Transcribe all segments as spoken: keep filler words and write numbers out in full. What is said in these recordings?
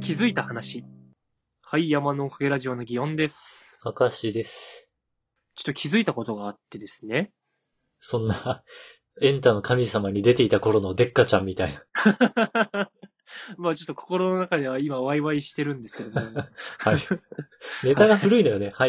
気づいた話。はい、山のおかげラジオの祇園です。 明石です。 ちょっと気づいたことがあってですね。 そんな、エンタの神様に出ていた頃のデッカちゃんみたいな。まあちょっと心の中では今ワイワイしてるんですけども。 はい。ネタが古いのよね。はい。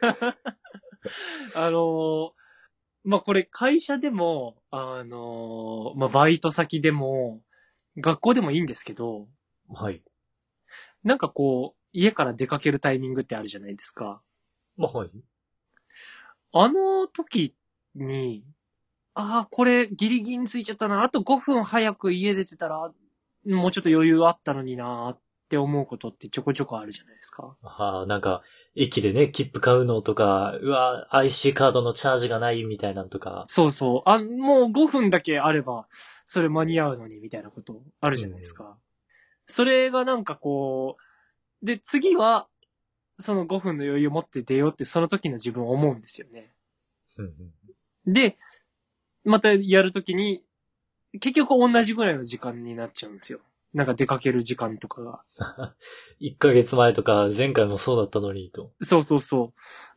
あのー、まあこれ会社でも、あのー、まあバイト先でも、学校でもいいんですけど、 はい。 なんかこう、家から出かけるタイミングってあるじゃないですか。 まあ、はい。 あの時に、ああ、これギリギリについちゃったな。あとごふん早く家出てたら、もうちょっと余裕あったのになって思うことってちょこちょこあるじゃないですか。 はあ、なんか、駅でね、切符買うのとか、うわ、アイシー カードのチャージがないみたいなんとか。 そうそう。あ、もうごふんだけあれば、それ間に合うのにみたいなことあるじゃないですか。うん、それがなんかこう、で、次は、そのごふんの余裕を持って出ようってその時の自分を思うんですよね。 うんうん、で、またやるときに、結局同じぐらいの時間になっちゃうんですよ。なんか出かける時間とかが。 いっかげつまえとか前回もそうだったのにと。 そうそうそう。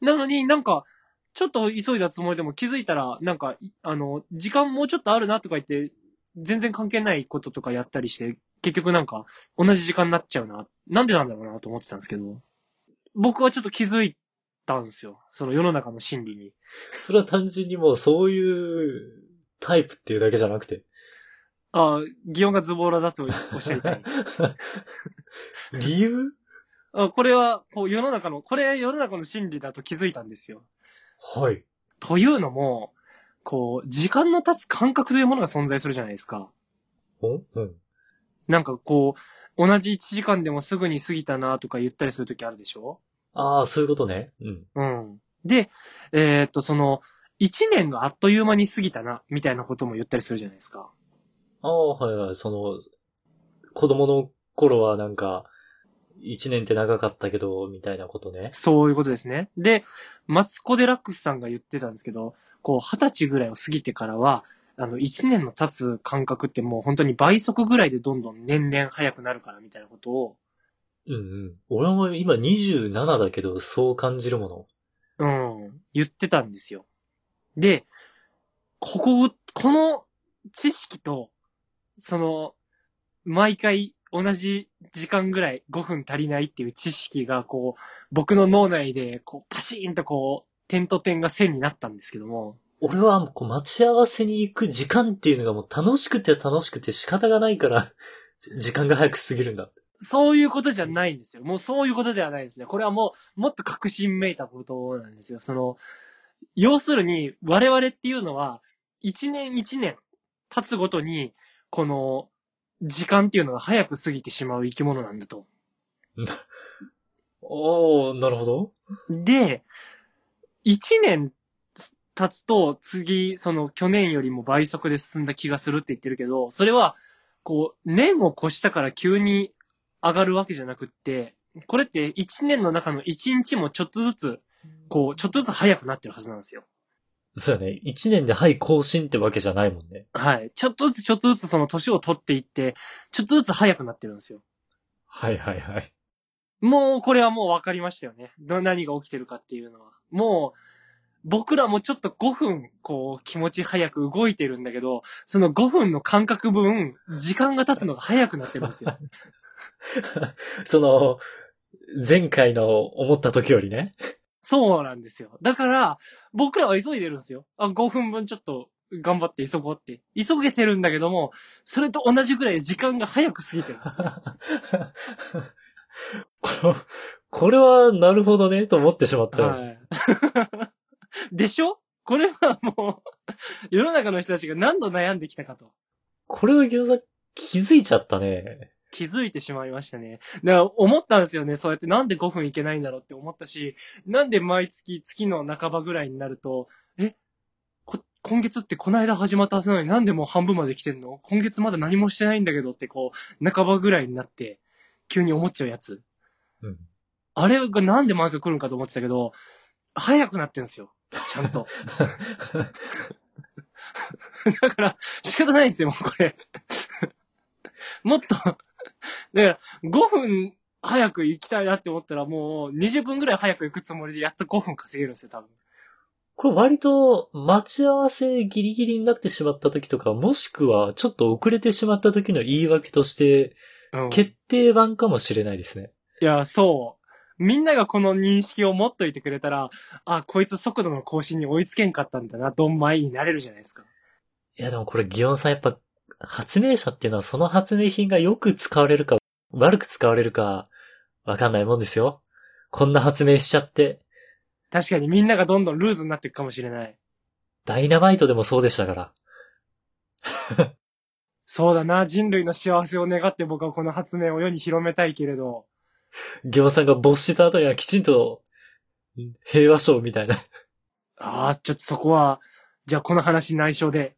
なのになんか、ちょっと急いだつもりでも気づいたら、なんか、あの、時間もうちょっとあるなとか言って、全然関係ないこととかやったりして、結局なんか、同じ時間になっちゃうな。なんでなんだろうなと思ってたんですけど、僕はちょっと気づいたんですよ。その世の中の心理に。 それは単純にもうそういうタイプっていうだけじゃなくて。 ああ、擬音がズボラだとおっしゃりたい。 理由あ、これは、こう世の中の、これ世の中の心理だと気づいたんですよ。 はい。 というのも、こう、時間の経つ感覚というものが存在するじゃないですか。 うんうん。 なんかこう、同じいちじかんでもすぐに過ぎたなとか言ったりするときあるでしょ？ ああ、そういうことね。うん。 うん。で、えー、っと、その、いちねんがあっという間に過ぎたな、みたいなことも言ったりするじゃないですか。 ああ、はいはい。その、子供の頃はなんか、一年って長かったけど、みたいなことね。 そういうことですね。で、マツコ・デラックスさんが言ってたんですけど、こう、二十歳ぐらいを過ぎてからは、あの、一年の経つ感覚ってもう本当に倍速ぐらいでどんどん年々早くなるからみたいなことを。 うんうん。俺も今にじゅうななだけど、そう感じるもの。うん。言ってたんですよ。で、ここ、この知識と、その、毎回同じ時間ぐらいごふん足りないっていう知識が、こう、僕の脳内で、こう、パシーンとこう、点と点が線になったんですけども。 俺はこう待ち合わせに行く時間っていうのがもう楽しくて楽しくて仕方がないから、時間が早く過ぎるんだ。 そういうことじゃないんですよ。もうそういうことではないですね。これはもう、もっと確信めいたことなんですよ。その、要するに、我々っていうのは、一年一年経つごとに、この、時間っていうのが早く過ぎてしまう生き物なんだと。 おー、なるほど。 で、一年経つと次、その去年よりも倍速で進んだ気がするって言ってるけど、それは、こう、年を越したから急に上がるわけじゃなくって、これって一年の中の一日もちょっとずつ、こう、ちょっとずつ早くなってるはずなんですよ。 そうよね。一年ではい更新ってわけじゃないもんね。 はい。ちょっとずつちょっとずつその年を取っていって、ちょっとずつ早くなってるんですよ。 はいはいはい。 もうこれはもう分かりましたよね。ど、何が起きてるかっていうのは。もう、僕らもちょっとごふん、こう、気持ち早く動いてるんだけど、そのごふんの間隔分、時間が経つのが早くなってるんですよ。 その、前回の思った時よりね。 そうなんですよ。だから、僕らは急いでるんですよ。あ、ごふんぶんちょっと頑張って急ごうって。急げてるんだけども、それと同じぐらい時間が早く過ぎてるんです。 ここれはなるほどね、と思ってしまったよ。 はい。でしょ？これはもう、世の中の人たちが何度悩んできたかと。 これは餃子気づいちゃったね。 気づいてしまいましたね。だから思ったんですよね。そうやってなんでごふんいけないんだろうって思ったし、なんで毎月月の半ばぐらいになると、え、こ今月ってこの間始まったはずなのになんでもう半分まで来てんの？今月まだ何もしてないんだけどってこう、半ばぐらいになって、急に思っちゃうやつ。 うん。 あれがなんで毎回来るんかと思ってたけど、早くなってんですよ。ちゃんと。だから、仕方ないんですよ、もうこれ。もっと、 だから、ごふん早く行きたいなって思ったらもうにじゅっぷんぐらい早く行くつもりでやっとごふん稼げるんですよ、多分。 これ割と待ち合わせギリギリになってしまった時とか、もしくはちょっと遅れてしまった時の言い訳として、 うん。 決定版かもしれないですね。 いや、そう。みんながこの認識を持っといてくれたら、あ、こいつ速度の更新に追いつけんかったんだな、ドンマイになれるじゃないですか。 いやでもこれギオンさんやっぱ、発明者っていうのはその発明品がよく使われるか、悪く使われるか、わかんないもんですよ。こんな発明しちゃって。 確かにみんながどんどんルーズになっていくかもしれない。 ダイナマイトでもそうでしたから。 そうだな、人類の幸せを願って僕はこの発明を世に広めたいけれど。 ギオンさんが没した後にはきちんと、平和賞みたいな。 ああ、ちょっとそこは、じゃあこの話内緒で。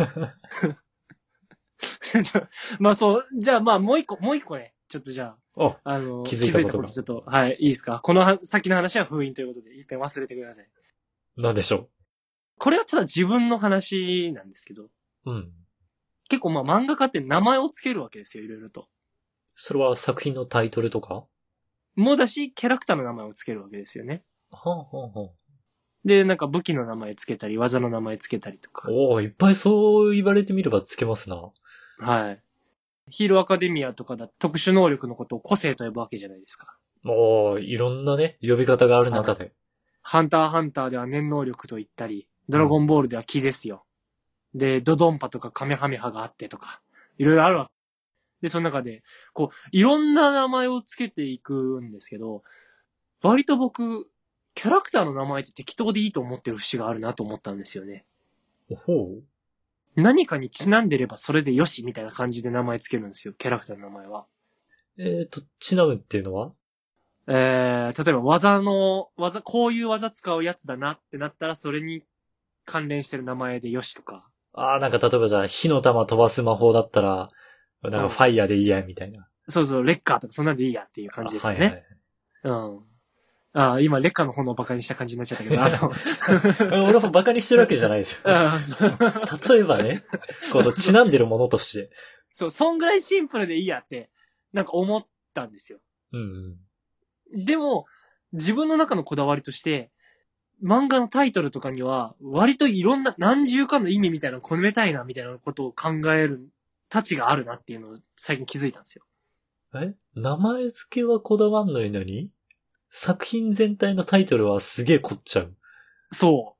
まあそう、じゃあまあもう一個、もう一個ね。ちょっとじゃあ、 お、 あの、 気づいたことがちょっと、はい、いいですか。このは先の話は封印ということで、一遍忘れてください。 なんでしょこれはただ自分の話なんですけど、 う。うん。 結構まあ漫画家って名前をつけるわけですよ、いろいろと。 それは作品のタイトルとか？ もうだし、キャラクターの名前をつけるわけですよね。 はあ、はあはあ、 で、なんか武器の名前つけたり、技の名前つけたりとか。 おー、いっぱいそう言われてみればつけますな。 はい。ヒーローアカデミアとかだ特殊能力のことを個性と呼ぶわけじゃないですか。 おー、いろんなね、呼び方がある中で。 ハンターハンターでは念能力と言ったり、ドラゴンボールでは気ですよ。うん、で、ドドンパとかカメハメハがあってとか、いろいろあるわけ。で、その中で、こう、いろんな名前をつけていくんですけど、割と僕、キャラクターの名前って適当でいいと思ってる節があるなと思ったんですよね。 おほう。 何かにちなんでればそれでよしみたいな感じで名前つけるんですよ、キャラクターの名前は。 えーと、ちなむっていうのは？ えー、例えば技の、技、こういう技使うやつだなってなったらそれに関連してる名前でよしとか。 あー、なんか例えばじゃあ火の玉飛ばす魔法だったら、なんかファイヤーでいいや、みたいな。 そうそう、レッカーとかそんなんでいいやっていう感じですよね。はいはい、うん。ああ、今、レッカーの炎をバカにした感じになっちゃったけど、あの。俺もバカにしてるわけじゃないですよ。例えばね、このちなんでるものとして。 そう、そんぐらいシンプルでいいやって、なんか思ったんですよ。 うんうん、 でも、自分の中のこだわりとして、漫画のタイトルとかには、割といろんな何重かの意味みたいなのを込めたいな、みたいなことを考える価値があるなっていうのを最近気づいたんですよ。 え？名前付けはこだわんないのに作品全体のタイトルはすげえ凝っちゃう。 そう。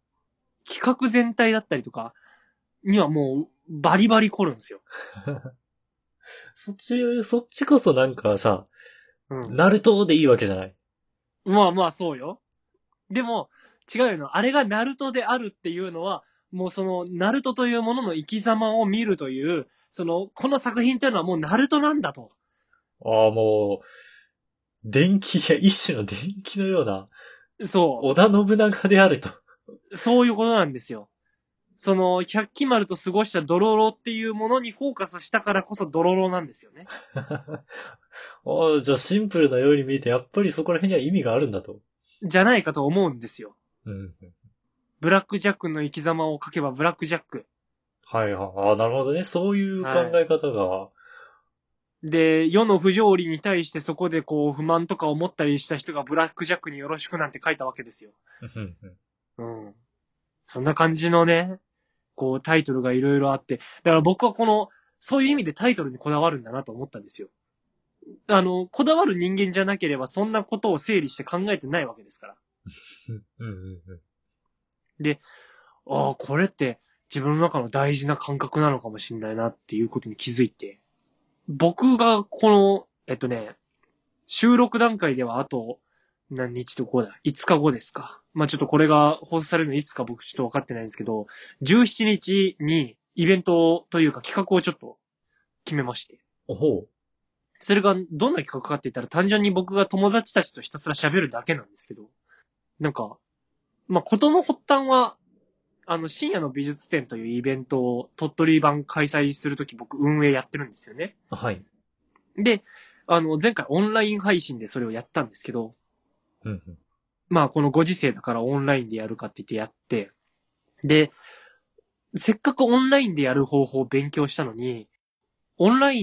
企画全体だったりとかにはもうバリバリ凝るんですよ。 そっち、そっちこそなんかさ、 うん。 ナルトでいいわけじゃない。 まあまあそうよ。でも、違うよ。あれがナルトであるっていうのは、もうその、ナルトというものの生き様を見るという、その、この作品というのはもうナルトなんだと。 ああ、もう、電気や一種の電気のような、 そう。 織田信長であると。 そういうことなんですよ。その、百鬼丸と過ごしたドロロっていうものにフォーカスしたからこそドロロなんですよね。 ああ、じゃあシンプルなように見えて、やっぱりそこら辺には意味があるんだと。 じゃないかと思うんですよ。 うん。 ブラックジャックの生き様を書けばブラックジャック。 はいはい。ああ、なるほどね。そういう考え方が。はい、 で、世の不条理に対してそこでこう不満とか思ったりした人がブラックジャックによろしくなんて書いたわけですよ。うん。そんな感じのね、こうタイトルがいろいろあって。だから僕はこの、そういう意味でタイトルにこだわるんだなと思ったんですよ。あの、こだわる人間じゃなければそんなことを整理して考えてないわけですから。で、ああ、これって自分の中の大事な感覚なのかもしれないなっていうことに気づいて、僕がこの、えっとね、収録段階ではあと何日とごだ ?いつかごですか。まあちょっとこれが放送されるのいつか僕ちょっと分かってないんですけど、じゅうしちにちにイベントというか企画をちょっと決めまして。 おほう。 それがどんな企画かって言ったら単純に僕が友達たちとひたすら喋るだけなんですけど、なんか、まあことの発端は、あの深夜の美術展というイベントを鳥取版開催するとき僕運営やってるんですよね。 はい。 で、あの前回オンライン配信でそれをやったんですけど、 うんうん、 まあこのご時世だからオンラインでやるかって言ってやって、で、せっかくオンラインでやる方法を勉強したのに、オンラインの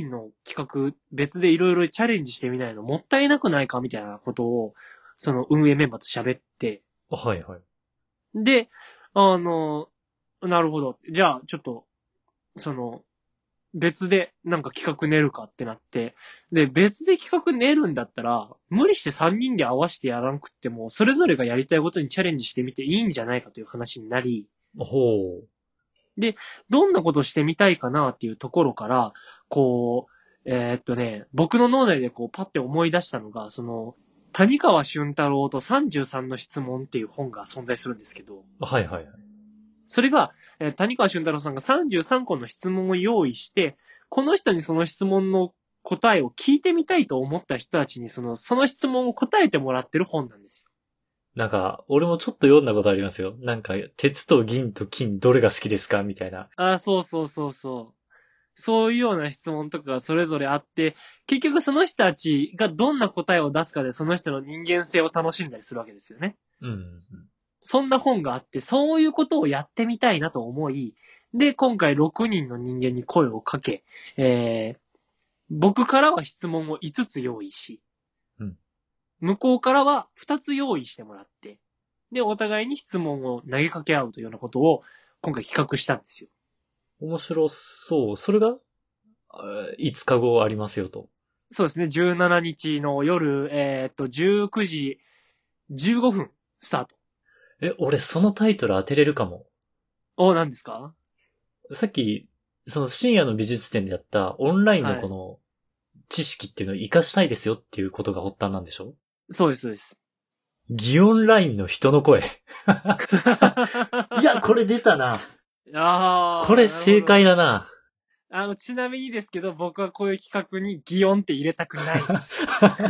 企画別でいろいろチャレンジしてみないのもったいなくないかみたいなことを、その運営メンバーと喋って、 はいはい。 で、あの、なるほど。じゃあ、ちょっと、その、別でなんか企画練るかってなって、で、別で企画練るんだったら、無理してさんにんで合わせてやらなくっても、それぞれがやりたいことにチャレンジしてみていいんじゃないかという話になり、 ほう。 で、どんなことしてみたいかなっていうところから、こう、えーっとね、僕の脳内でこうパッて思い出したのが、その、谷川俊太郎とさんじゅうさんの質問っていう本が存在するんですけど、 はいはいはい。 それが、えー谷川俊太郎さんがさんじゅうさんこの質問を用意して、この人にその質問の答えを聞いてみたいと思った人たちにその、その質問を答えてもらってる本なんですよ。 なんか、俺もちょっと読んだことありますよ。なんか、鉄と銀と金どれが好きですかみたいな。 ああ、そうそうそうそう。そういうような質問とかがそれぞれあって、結局その人たちがどんな答えを出すかでその人の人間性を楽しんだりするわけですよね。 うん。 そんな本があって、そういうことをやってみたいなと思い、で、今回ろくにんの人間に声をかけ、えー、僕からは質問をいつつ用意し、 うん、 向こうからはふたつ用意してもらって、で、お互いに質問を投げかけ合うというようなことを今回企画したんですよ。 面白そう。それが、いつかごありますよと。 そうですね、じゅうしちにちの夜、えーっと、じゅうくじじゅうごふんスタート。 え、俺そのタイトル当てれるかも。 お、何ですか？ さっき、その深夜の美術展でやったオンラインのこの知識っていうのを活かしたいですよっていうことが発端なんでしょ？ そうです、そうです。 擬音ラインの人の声。いや、これ出たな。 ああ。 これ正解だな。 あの、ちなみにですけど、僕はこういう企画に擬音って入れたくないです。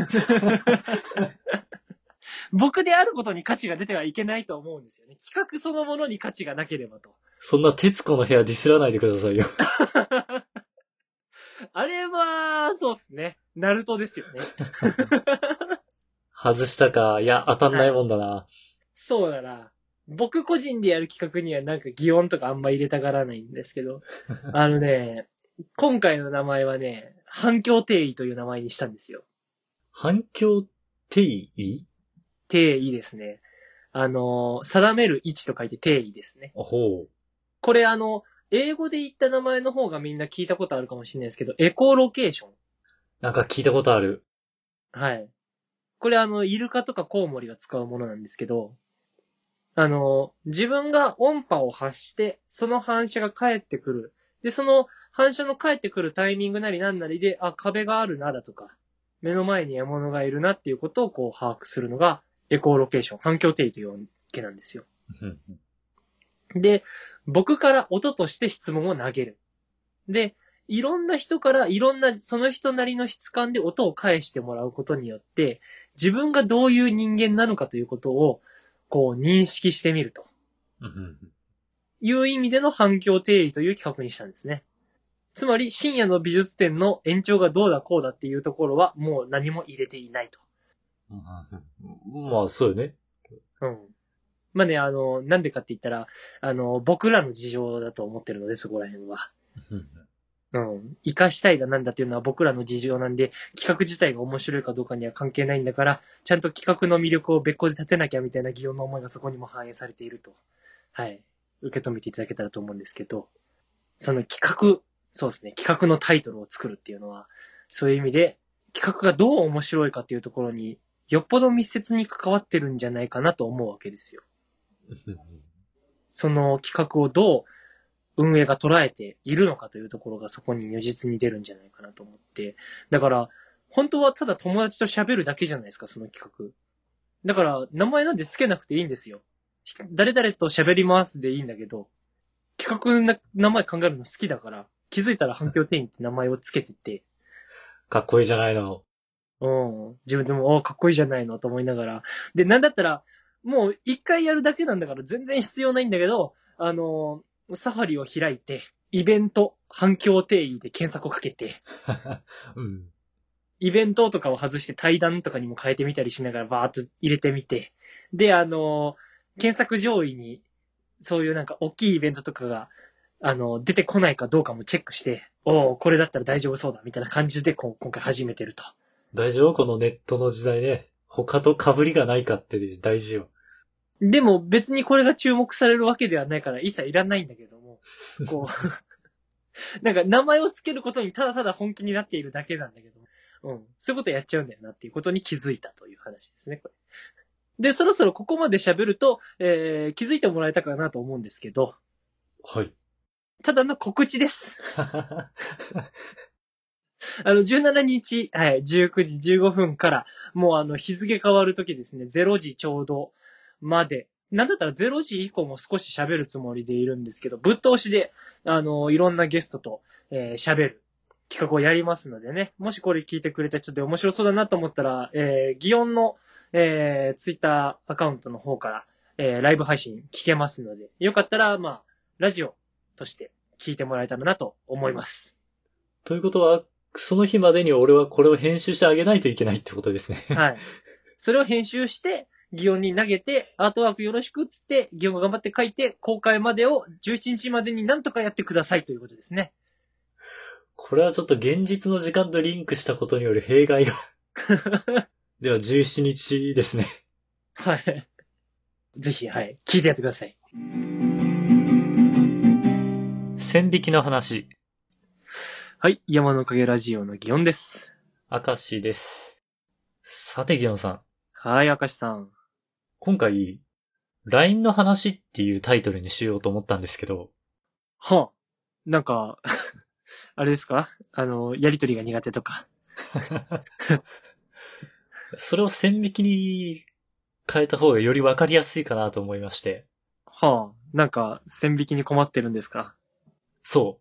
僕であることに価値が出てはいけないと思うんですよね。企画そのものに価値がなければと。 そんな徹子の部屋ディスらないでくださいよ。 あれは、そうっすね。ナルトですよね。 外したか。いや、当たんないもんだな。はい、 そうだな。僕個人でやる企画にはなんか擬音とかあんま入れたがらないんですけど、あのね、今回の名前はね、反響定義という名前にしたんですよ。 反響定義？ 定義ですね。あの、定める位置と書いて定義ですね。 ほう。 これあの、英語で言った名前の方がみんな聞いたことあるかもしれないですけど、エコロケーション。 なんか聞いたことある。 はい。これあの、イルカとかコウモリが使うものなんですけど、あの、自分が音波を発して、その反射が返ってくる。で、その反射の返ってくるタイミングなりなんなりで、あ、壁があるなだとか、目の前に獲物がいるなっていうことをこう把握するのが、エコーロケーション、反響定義というわけなんですよ。で、僕から音として質問を投げる。で、いろんな人からいろんなその人なりの質感で音を返してもらうことによって、自分がどういう人間なのかということを、こう認識してみると。いう意味での反響定義という企画にしたんですね。つまり深夜の美術展の延長がどうだこうだっていうところはもう何も入れていないと。 まあ、そうよね。 うん。まあね、あの、なんでかって言ったら、あの、僕らの事情だと思ってるので、そこら辺は。うん。活かしたいだなんだっていうのは僕らの事情なんで、企画自体が面白いかどうかには関係ないんだから、ちゃんと企画の魅力を別個で立てなきゃみたいな擬音の思いがそこにも反映されていると。はい。受け止めていただけたらと思うんですけど、その企画、そうですね、企画のタイトルを作るっていうのは、そういう意味で、企画がどう面白いかっていうところに、よっぽど密接に関わってるんじゃないかなと思うわけですよ。その企画をどう運営が捉えているのかというところがそこに如実に出るんじゃないかなと思って。だから、本当はただ友達と喋るだけじゃないですか、その企画。だから、名前なんてつけなくていいんですよ。誰々と喋りますでいいんだけど、企画の名前考えるの好きだから、気づいたら反響定義って名前をつけてて。 かっこいいじゃないの。 うん。自分でも、おかっこいいじゃないのと思いながら。で、なんだったら、もう一回やるだけなんだから全然必要ないんだけど、あのー、サファリを開いて、イベント、反響定義で検索をかけて、 うん、 イベントとかを外して対談とかにも変えてみたりしながらバーッと入れてみて、で、あのー、検索上位に、そういうなんか大きいイベントとかが、あのー、出てこないかどうかもチェックして、 おー、これだったら大丈夫そうだ、みたいな感じでこう今回始めてると。 大丈夫このネットの時代ね。他と被りがないかって大事よ。 でも別にこれが注目されるわけではないから一切いらないんだけども、こう、なんか名前をつけることにただただ本気になっているだけなんだけど、うん。そういうことやっちゃうんだよなっていうことに気づいたという話ですね、これ。で、そろそろここまで喋ると、えー、気づいてもらえたかなと思うんですけど、 はい。 ただの告知です。あの、じゅうしちにち、はい、じゅうくじじゅうごふんから、もうあの、日付変わるときですね、れいじちょうどまで、なんだったられいじ以降も少し喋るつもりでいるんですけど、ぶっ通しで、あの、いろんなゲストと、えー、喋る企画をやりますのでね、もしこれ聞いてくれた人で面白そうだなと思ったら、えー、祇園の、えー、ツイッターアカウントの方から、えー、ライブ配信聞けますので、よかったら、まあ、ラジオとして聞いてもらえたらなと思います。 ということは、その日までに俺はこれを編集してあげないといけないってことですね。 はい。それを編集して、祇園に投げて、アートワークよろしくっつって、祇園が頑張って書いて、公開までをじゅうしちにちまでになんとかやってくださいということですね。 これはちょっと現実の時間とリンクしたことによる弊害が。ではじゅうしちにちですね。 はい。ぜひ、はい。聞いてやってください。 線引きの話。 はい。山の影ラジオの祇園です。 明石です。さて、祇園さん。 はい、明石さん。 今回、ライン の話っていうタイトルにしようと思ったんですけど。 はあ。なんか、あれですか？あの、やりとりが苦手とか。 それを線引きに変えた方がよりわかりやすいかなと思いまして。 はあ。なんか、線引きに困ってるんですか？ そう。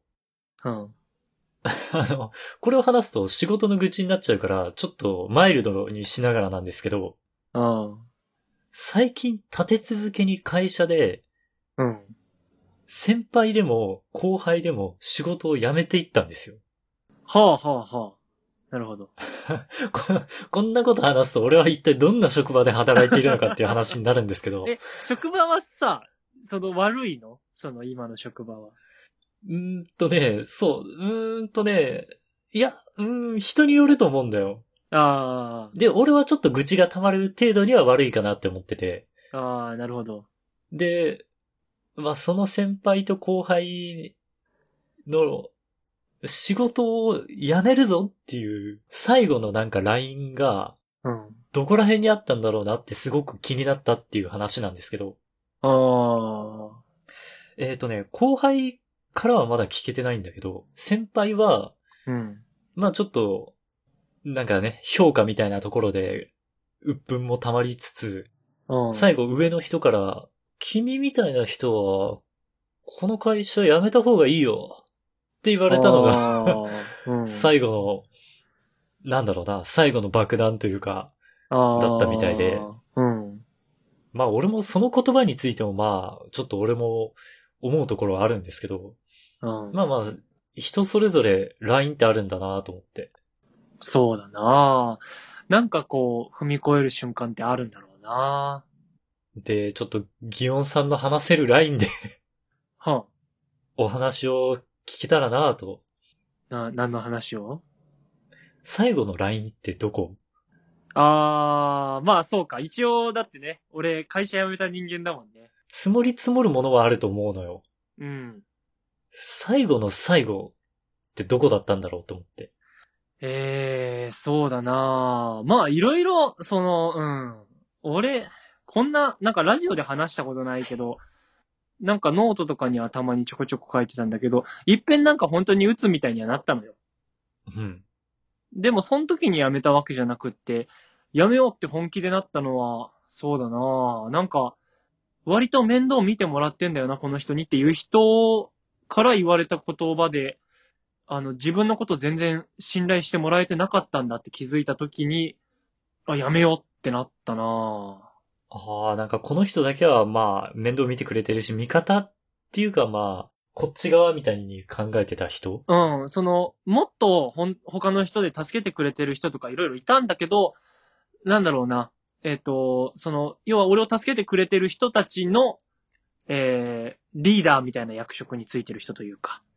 うん。 あの、これを話すと仕事の愚痴になっちゃうから、ちょっとマイルドにしながらなんですけど、 うん。 最近立て続けに会社で、 うん。 先輩でも後輩でも仕事を辞めていったんですよ。 はあはあはあ。なるほど。 ここんなこと話すと俺は一体どんな職場で働いているのかっていう話になるんですけど。 え、職場はさ、その悪いの？その今の職場は。 うーんとね、そう、うーんとね、いや、うーん、人によると思うんだよ。 あで、俺はちょっと愚痴が溜まる程度には悪いかなって思ってて。 あ、ああ、なるほど。 で、まあ、その先輩と後輩の仕事を辞めるぞっていう最後のなんか ライン が、 うん。 どこら辺にあったんだろうなってすごく気になったっていう話なんですけど。 ああ。 えっとね、後輩からはまだ聞けてないんだけど、先輩は、 うん。 まあちょっと、なんかね、評価みたいなところで、鬱憤も溜まりつつ、 うん。 最後上の人から、君みたいな人は、この会社辞めた方がいいよって言われたのが、 うん、 最後の、なんだろうな、最後の爆弾というか、だったみたいで、 うん。 まあ俺もその言葉についてもまあ、ちょっと俺も思うところはあるんですけど、 うん。 まあまあ、人それぞれ ライン ってあるんだなと思って。 そうだな。なんかこう、踏み越える瞬間ってあるんだろうな。 で、ちょっと、ギオンさんの話せるラインではお話を聞けたらなと。 な、何の話を？ 最後の ライン ってどこ？ あー、まあそうか。一応だってね、俺会社辞めた人間だもんね。 積もり積もるものはあると思うのよ。 うん。 最後の最後ってどこだったんだろうと思って。 えー、そうだな。まあいろいろ、その、うん。俺、こんな、なんかラジオで話したことないけど、なんかノートとかにはたまにちょこちょこ書いてたんだけど、いっぺんなんか本当に鬱みたいにはなったのよ。 うん。 でもその時に辞めたわけじゃなくって、辞めようって本気でなったのは、そうだな。なんか、割と面倒見てもらってんだよな、この人にっていう人から言われた言葉で、あの、自分のこと全然信頼してもらえてなかったんだって気づいた時に、あ、やめようってなったな。 ああ、なんかこの人だけはまあ、面倒見てくれてるし、味方っていうかまあ、こっち側みたいに考えてた人？ うん、その、もっとほん、他の人で助けてくれてる人とかいろいろいたんだけど、なんだろうな。えっと、その、要は俺を助けてくれてる人たちの、えー、リーダーみたいな役職についてる人というか、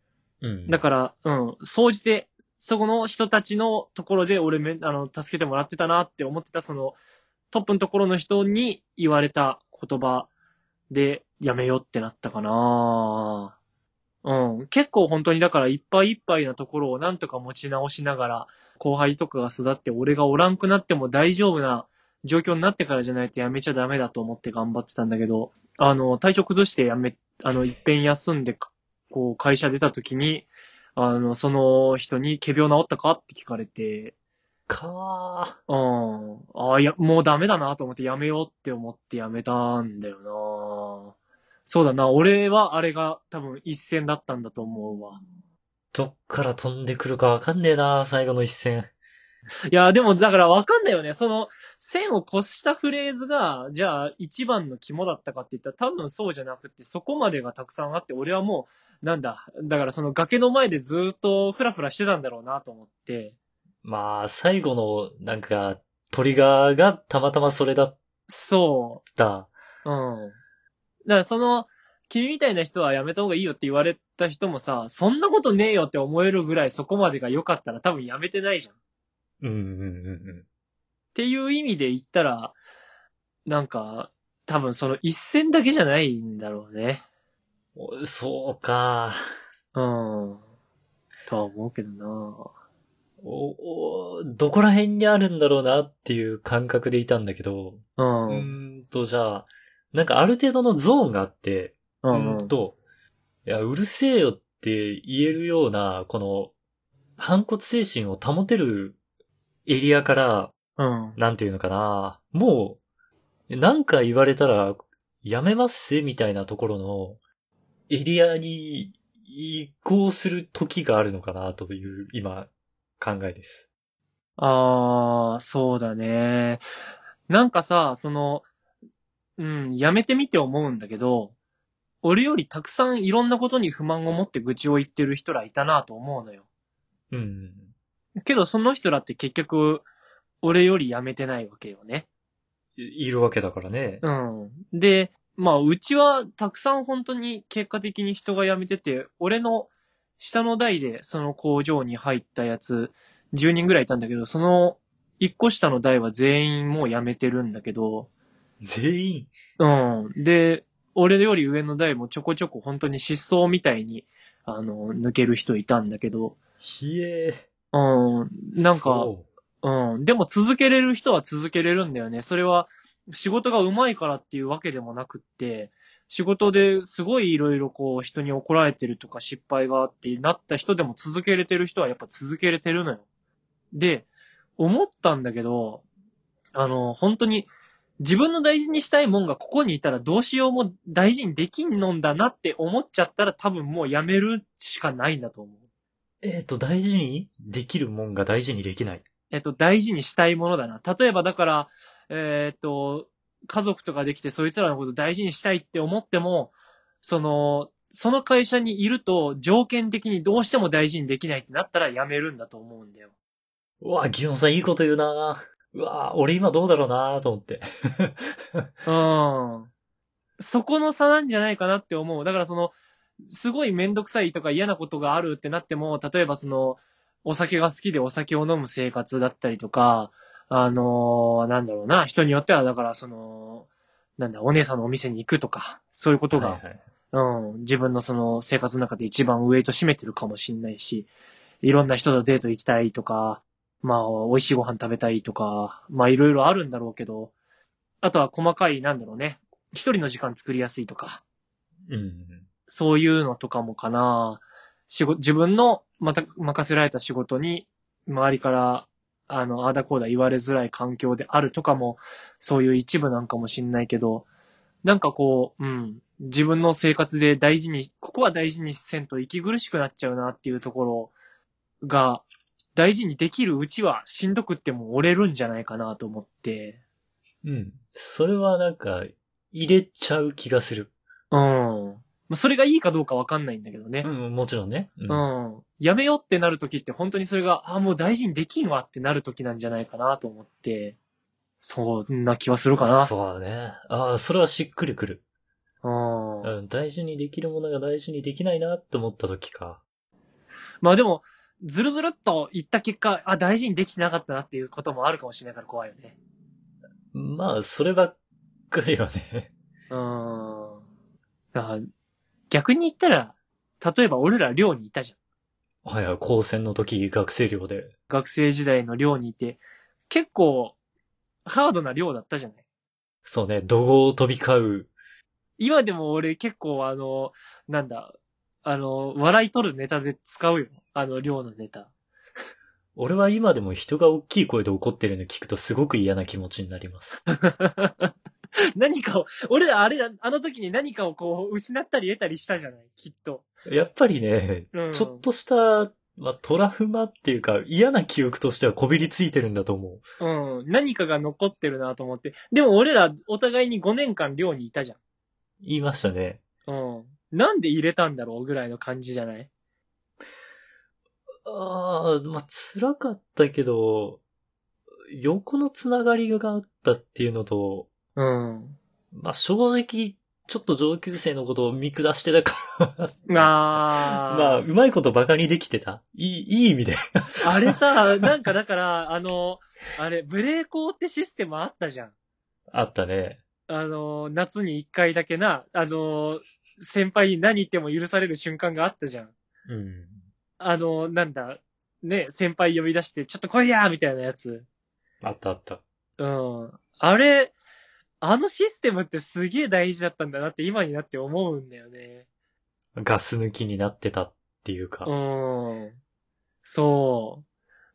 うん。 だから、うん、総じて、そこの人たちのところで俺め、あの、助けてもらってたなって思ってた、その、トップのところの人に言われた言葉で、やめようってなったかな。うん。結構本当にだからいっぱいいっぱいなところをなんとか持ち直しながら、後輩とかが育って俺がおらんくなっても大丈夫な状況になってからじゃないとやめちゃダメだと思って頑張ってたんだけど、あの、体調崩してやめ、あの、いっぺん休んで、こう、会社出た時に、あの、その人に仮病治ったかって聞かれて、 かうん。ああ、いや、もうダメだなと思ってやめようって思ってやめたんだよな。そうだな。俺はあれが多分一戦だったんだと思うわ。 ー。どっから飛んでくるかわかんねえな、最後の一戦。 いや、でもだからわかんないよね。その、線を越したフレーズが、じゃあ一番の肝だったかって言ったら多分そうじゃなくて、そこまでがたくさんあって、俺はもう、なんだ、だからその崖の前でずっとフラフラしてたんだろうなと思って。 まあ、最後の、なんか、トリガーがたまたまそれだっそた。 う。うん。だからその、君みたいな人はやめた方がいいよって言われた人もさ、そんなことねえよって思えるぐらいそこまでが良かったら多分やめてないじゃん。っうんうんうんていう意味で言ったら、なんか、多分その一戦だけじゃないんだろうね。 うん。そうか。 うん。とは思うけどな。 お、お、どこら辺にあるんだろうなっていう感覚でいたんだけど、 ううん。 ーんと、じゃあ、なんかある程度のゾーンがあって、 ううーんうん。 んと、いや、うるせえよって言えるような、この、反骨精神を保てるエリアから、 うん。 なんていうのかな、もう、なんか言われたら、やめますせみたいなところの、エリアに移行する時があるのかなという、今、考えです。 ああ、そうだね。なんかさ、その、うん、やめてみて思うんだけど、俺よりたくさんいろんなことに不満を持って愚痴を言ってる人らいたなと思うのよ。 うん。 けどその人らって結局、俺よりやめてないわけよね。 いいるわけだからね。 うん。で、まあ、うちはたくさん本当に結果的に人が辞めてて、俺の下の代でその工場に入ったやつ、じゅうにんぐらいいたんだけど、そのいっこ下の代は全員もう辞めてるんだけど、 全員。 うん。で、俺より上の代もちょこちょこ本当に失踪みたいに、あの、抜ける人いたんだけど、 ひえ。 うん。なんか、 そうん。でも続けれる人は続けれるんだよね。それは仕事が上手いからっていうわけでもなくって、仕事ですごいいろいろこう人に怒られてるとか失敗があってなった人でも続けれてる人はやっぱ続けれてるのよ。で、思ったんだけど、あの、本当に自分の大事にしたいもんがここにいたらどうしようも大事にできんのんだなって思っちゃったら多分もうやめるしかないんだと思う。 う。えっと、大事にできるもんが大事にできない。 えっと、大事にしたいものだな。例えばだから、えーっと、家族とかできてそいつらのこと大事にしたいって思っても、その、その会社にいると条件的にどうしても大事にできないってなったら辞めるんだと思うんだよ。 うわ、ギオンさんいいこと言うな。うわ、俺今どうだろうなと思って。 うん。そこの差なんじゃないかなって思う。だからその、すごいめんどくさいとか嫌なことがあるってなっても、例えばその、お酒が好きでお酒を飲む生活だったりとか、あのーなんだろうな、人によってはだからその、なんだ、お姉さんのお店に行くとか、そういうことが、 はいはい。 うん、自分のその生活の中で一番ウェイト占めてるかもしんないし、いろんな人とデート行きたいとか、まあ、美味しいご飯食べたいとか、まあいろいろあるんだろうけど、あとは細かい、なんだろうね、一人の時間作りやすいとか、 うん。 そういうのとかもかな。仕事、自分のまた任せられた仕事に周りからあの、ああだこうだ言われづらい環境であるとかも、そういう一部なんかもしんないけど、なんかこう、うん、自分の生活で大事に、ここは大事にせんと息苦しくなっちゃうなっていうところが、大事にできるうちはしんどくっても折れるんじゃないかなと思って、 うん。それはなんか、入れちゃう気がする。 うん。それがいいかどうかわかんないんだけどね。 うん、もちろんね。う。 うんん。やめようってなるときって本当にそれが、あ、もう大事にできんわってなるときなんじゃないかなと思って、そんな気はするかな。 そうだね。ああ、それはしっくりくる。 うん。 うん、大事にできるものが大事にできないなって思った時か。 まあでも、ずるずるっと言った結果、あ、大事にできてなかったなっていうこともあるかもしれないから怖いよね。 まあ、そればっかりはね。 うーん。だから逆に言ったら、例えば俺ら寮にいたじゃん。 はいはい、高専の時、学生寮で。 学生時代の寮にいて、結構、ハードな寮だったじゃない。 そうね、怒号を飛び交う。 今でも俺結構あの、なんだ、あの、笑い取るネタで使うよ。あの寮のネタ。 俺は今でも人が大きい声で怒ってるの聞くとすごく嫌な気持ちになります。 何かを、俺らあれら、あの時に何かをこう、失ったり得たりしたじゃない、きっと。 やっぱりね、 うん。 ちょっとした、まあ、トラウマっていうか嫌な記憶としてはこびりついてるんだと思う。 うん。何かが残ってるなと思って。でも俺らお互いにごねんかん寮にいたじゃん。 言いましたね。 うん。なんで入れたんだろうぐらいの感じじゃない？ ああ、まあ、辛かったけど、横のつながりがあったっていうのと、 うん。 まあ、正直、ちょっと上級生のことを見下してたからまあ、 あー。 うまいことバカにできてた。いい、いい意味で。 あれさ、なんかだから、あの、あれ、ブレーコーってシステムあったじゃん。 あったね。 あの、夏に一回だけな、あの、先輩に何言っても許される瞬間があったじゃん。 うん。 あの、なんだ、ね、先輩呼び出して、ちょっと来いやーみたいなやつ。 あったあった。 うん。あれ、あのシステムってすげえ大事だったんだなって今になって思うんだよね。 ガス抜きになってたっていうか。 うん。そう。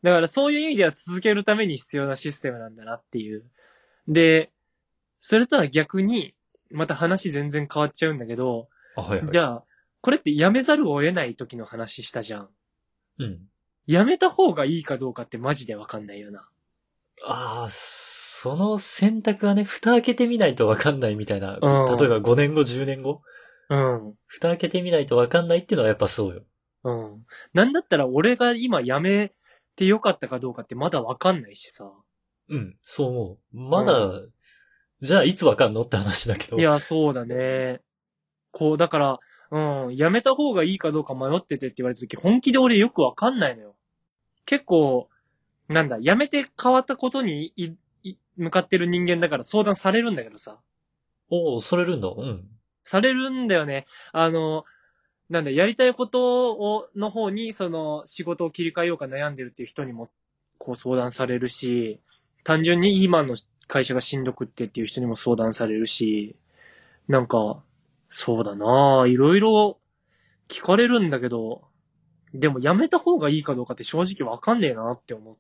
だからそういう意味では続けるために必要なシステムなんだなっていう。で、それとは逆に、また話全然変わっちゃうんだけど、 あ、はいはい。 じゃあ、これってやめざるを得ない時の話したじゃん。 うん。 やめた方がいいかどうかってマジでわかんないよな。 ああ、その選択はね、蓋開けてみないとわかんないみたいな。 うん例えばごねんご、じゅうねんごうん。 蓋開けてみないとわかんないっていうのはやっぱそうよ。 うん。なんだったら俺が今やめてよかったかどうかってまだわかんないしさ。 うん、そう思う。まだ、 うん。 じゃあいつわかんのって話だけど。 いや、そうだね。こう、だから、うん、やめた方がいいかどうか迷っててって言われた時、本気で俺よくわかんないのよ。結構、なんだ、やめて変わったことにいい向かってる人間だから相談されるんだけどさ。 おお、それるんだ。うん。 されるんだよね。あの、なんだ、やりたいことを、の方に、その、仕事を切り替えようか悩んでるっていう人にも、こう相談されるし、単純に今の会社がしんどくってっていう人にも相談されるし、なんか、そうだなぁ、いろいろ聞かれるんだけど、でもやめた方がいいかどうかって正直わかんねえなって思って、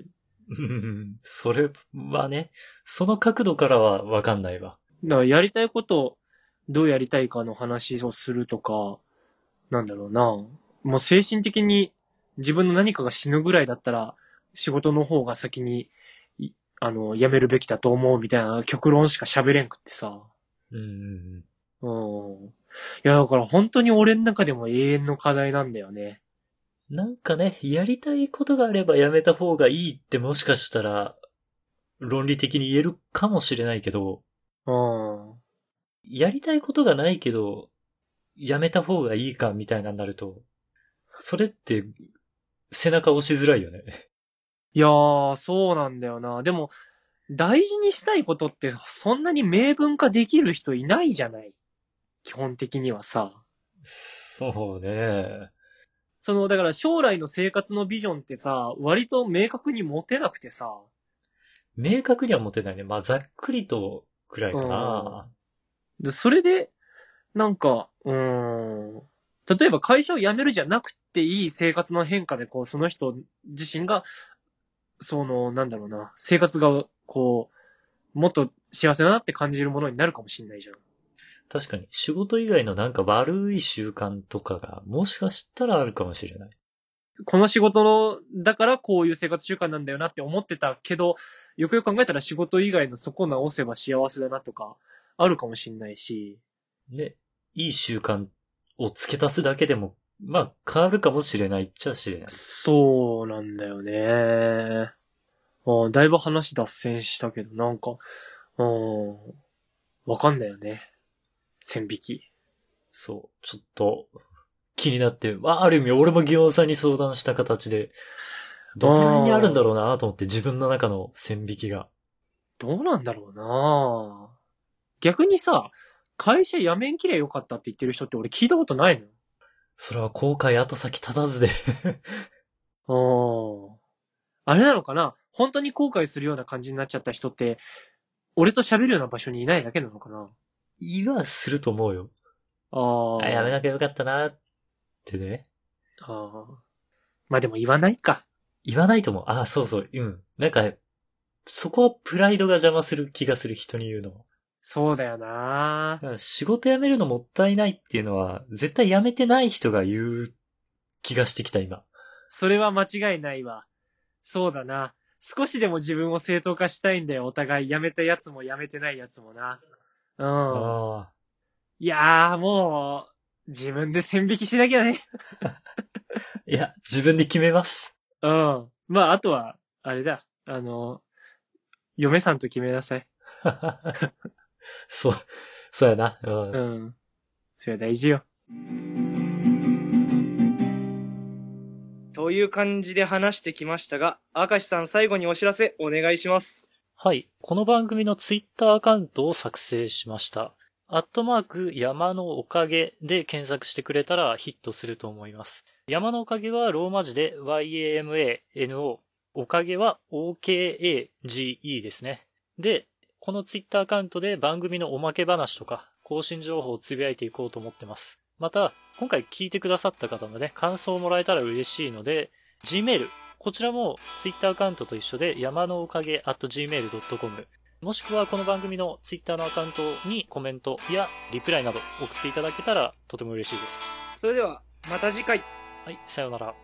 うんそれはね、その角度からはわかんないわ。 だからやりたいことをどうやりたいかの話をするとか、なんだろうな。もう精神的に自分の何かが死ぬぐらいだったら、仕事の方が先に、いあの、辞めるべきだと思うみたいな極論しか喋れんくってさ。 うんうん。いや、だから本当に俺の中でも永遠の課題なんだよね。 なんかね、やりたいことがあればやめた方がいいってもしかしたら論理的に言えるかもしれないけど、 うん。 やりたいことがないけど、やめた方がいいかみたいなになると、それって背中押しづらいよね。 いやー、そうなんだよな。でも、大事にしたいことってそんなに明文化できる人いないじゃない。基本的にはさ。 そうね。 その、だから将来の生活のビジョンってさ、割と明確に持てなくてさ。 明確には持てないね。まあ、ざっくりとくらいかうん。 な。 で、それで、なんか、うーん。例えば会社を辞めるじゃなくていい生活の変化で、こう、その人自身が、その、なんだろうな、生活が、こう、もっと幸せだなって感じるものになるかもしれないじゃん。 確かに、仕事以外のなんか悪い習慣とかが、もしかしたらあるかもしれない。 この仕事の、だからこういう生活習慣なんだよなって思ってたけど、よくよく考えたら仕事以外のそこ直せば幸せだなとか、あるかもしれないし。 ね、いい習慣を付け足すだけでも、まあ、変わるかもしれないっちゃしれない。 そうなんだよね。あだいぶ話脱線したけど、なんか、うん、わかんないよね。線引き。 そう、ちょっと、 気になって、まあ、ある意味俺もギオンさんに相談した形で、どのくらいにあるんだろうなと思って自分の中の線引きが。 どうなんだろうな逆にさ、会社辞めんきりゃよかったって言ってる人って俺聞いたことないのよ。 それは後悔後先立たずでおー。あれなのかな本当に後悔するような感じになっちゃった人って、俺と喋るような場所にいないだけなのかな言わすると思うよ。 ああ、やめなきゃよかったなってね。 ああ。まあでも言わないか。 言わないと思う。あ、そうそう、うん。なんか、そこはプライドが邪魔する気がする、人に言うの。 そうだよなだから仕事辞めるのもったいないっていうのは、絶対辞めてない人が言う気がしてきた、今。 それは間違いないわ。そうだな。少しでも自分を正当化したいんだよ、お互い。辞めたやつも辞めてないやつもな。うん。 ああ。 いやー、もう、自分で線引きしなきゃね。 いや、自分で決めます。 うん。まあ、あとは、あれだ。あの、嫁さんと決めなさい。 そう、そうやな。うん。 うん。それは大事よ。 という感じで話してきましたが、明石さん最後にお知らせお願いします。 はい。この番組のツイッターアカウントを作成しました。アットマーク山のおかげで検索してくれたらヒットすると思います。山のおかげはローマ字で ワイエーエムエーエヌオー。おかげは オーケーエージーイー ですね。で、このツイッターアカウントで番組のおまけ話とか更新情報をつぶやいていこうと思ってます。また、今回聞いてくださった方のね、感想をもらえたら嬉しいので、Gmail、こちらもツイッターアカウントと一緒で山のおかげ アットジーメールドットコム もしくはこの番組のツイッターのアカウントにコメントやリプライなど送っていただけたらとても嬉しいです。 それでは、また次回。 はい、さようなら。